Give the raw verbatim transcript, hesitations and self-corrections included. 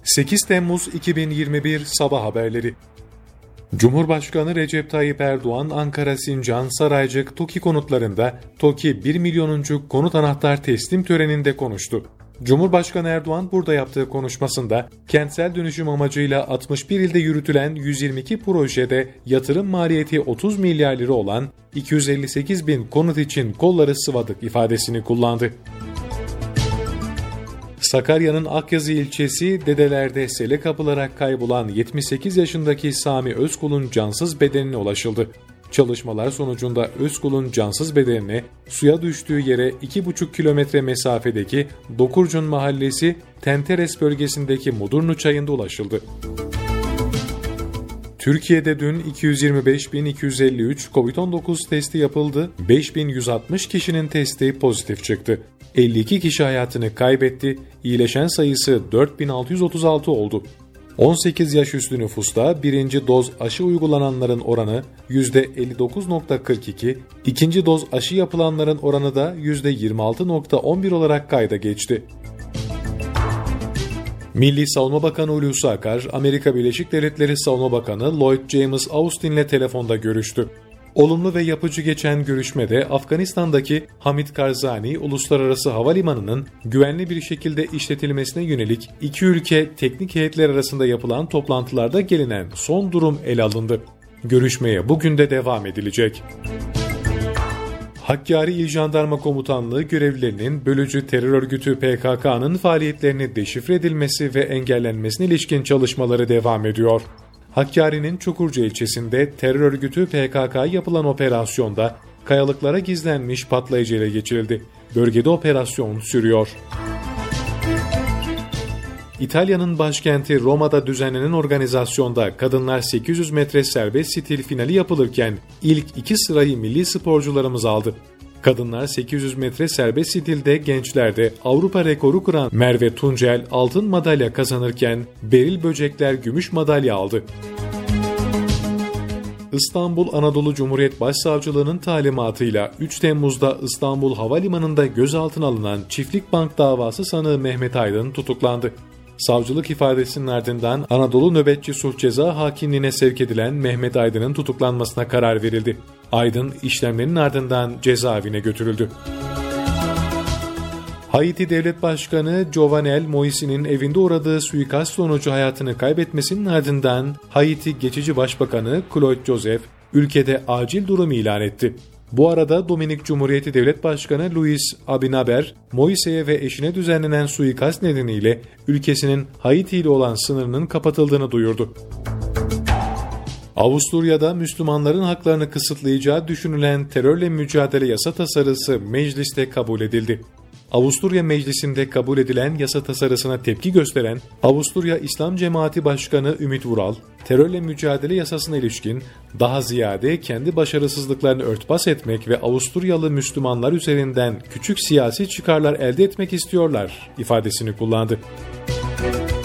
sekiz Temmuz iki bin yirmi bir Sabah Haberleri. Cumhurbaşkanı Recep Tayyip Erdoğan, Ankara, Sincan, Saraycık, TOKİ konutlarında TOKİ bir milyonuncu konut anahtar teslim töreninde konuştu. Cumhurbaşkanı Erdoğan burada yaptığı konuşmasında kentsel dönüşüm amacıyla altmış bir ilde yürütülen yüz yirmi iki projede yatırım maliyeti otuz milyar lira olan iki yüz elli sekiz bin konut için kolları sıvadık ifadesini kullandı. Sakarya'nın Akyazı ilçesi Dedeler'de sele kapılarak kaybolan yetmiş sekiz yaşındaki Sami Özkul'un cansız bedenine ulaşıldı. Çalışmalar sonucunda Özkul'un cansız bedenine suya düştüğü yere iki buçuk kilometre mesafedeki Dokurcun Mahallesi Tenteres bölgesindeki Mudurnu Çayı'nda ulaşıldı. Türkiye'de dün iki yüz yirmi beş bin iki yüz elli üç kovid on dokuz testi yapıldı, beş bin yüz altmış kişinin testi pozitif çıktı. elli iki kişi hayatını kaybetti, iyileşen sayısı dört bin altı yüz otuz altı oldu. on sekiz yaş üstü nüfusta birinci doz aşı uygulananların oranı yüzde elli dokuz virgül kırk iki, ikinci doz aşı yapılanların oranı da yüzde yirmi altı virgül on bir olarak kayda geçti. Milli Savunma Bakanı Hulusi Akar, Amerika Birleşik Devletleri Savunma Bakanı Lloyd James Austin ile telefonda görüştü. Olumlu ve yapıcı geçen görüşmede Afganistan'daki Hamid Karzai Uluslararası Havalimanı'nın güvenli bir şekilde işletilmesine yönelik iki ülke teknik heyetler arasında yapılan toplantılarda gelinen son durum ele alındı. Görüşmeye bugün de devam edilecek. Hakkari İl Jandarma Komutanlığı görevlilerinin bölücü terör örgütü P K K'nın faaliyetlerini deşifre edilmesi ve engellenmesine ilişkin çalışmaları devam ediyor. Hakkari'nin Çukurca ilçesinde terör örgütü P K K yapılan operasyonda kayalıklara gizlenmiş patlayıcı ele geçirildi. Bölgede operasyon sürüyor. İtalya'nın başkenti Roma'da düzenlenen organizasyonda kadınlar sekiz yüz metre serbest stil finali yapılırken ilk iki sırayı milli sporcularımız aldı. Kadınlar sekiz yüz metre serbest stilde gençlerde Avrupa rekoru kıran Merve Tuncel altın madalya kazanırken Beril Böcekler gümüş madalya aldı. İstanbul Anadolu Cumhuriyet Başsavcılığı'nın talimatıyla üç Temmuz'da İstanbul Havalimanı'nda gözaltına alınan Çiftlik Bank davası sanığı Mehmet Aydın tutuklandı. Savcılık ifadesinin ardından Anadolu Nöbetçi Sulh Ceza Hakimliğine sevk edilen Mehmet Aydın'ın tutuklanmasına karar verildi. Aydın işlemlerinin ardından cezaevine götürüldü. Haiti Devlet Başkanı Jovenel Moïse'nin evinde uğradığı suikast sonucu hayatını kaybetmesinin ardından Haiti Geçici Başbakanı Claude Joseph ülkede acil durum ilan etti. Bu arada Dominik Cumhuriyeti Devlet Başkanı Louis Abinaber, Moïse'ye ve eşine düzenlenen suikast nedeniyle ülkesinin Haiti ile olan sınırının kapatıldığını duyurdu. Avusturya'da Müslümanların haklarını kısıtlayacağı düşünülen terörle mücadele yasa tasarısı mecliste kabul edildi. Avusturya Meclisi'nde kabul edilen yasa tasarısına tepki gösteren Avusturya İslam Cemaati Başkanı Ümit Vural, terörle mücadele yasasına ilişkin daha ziyade kendi başarısızlıklarını örtbas etmek ve Avusturyalı Müslümanlar üzerinden küçük siyasi çıkarlar elde etmek istiyorlar ifadesini kullandı.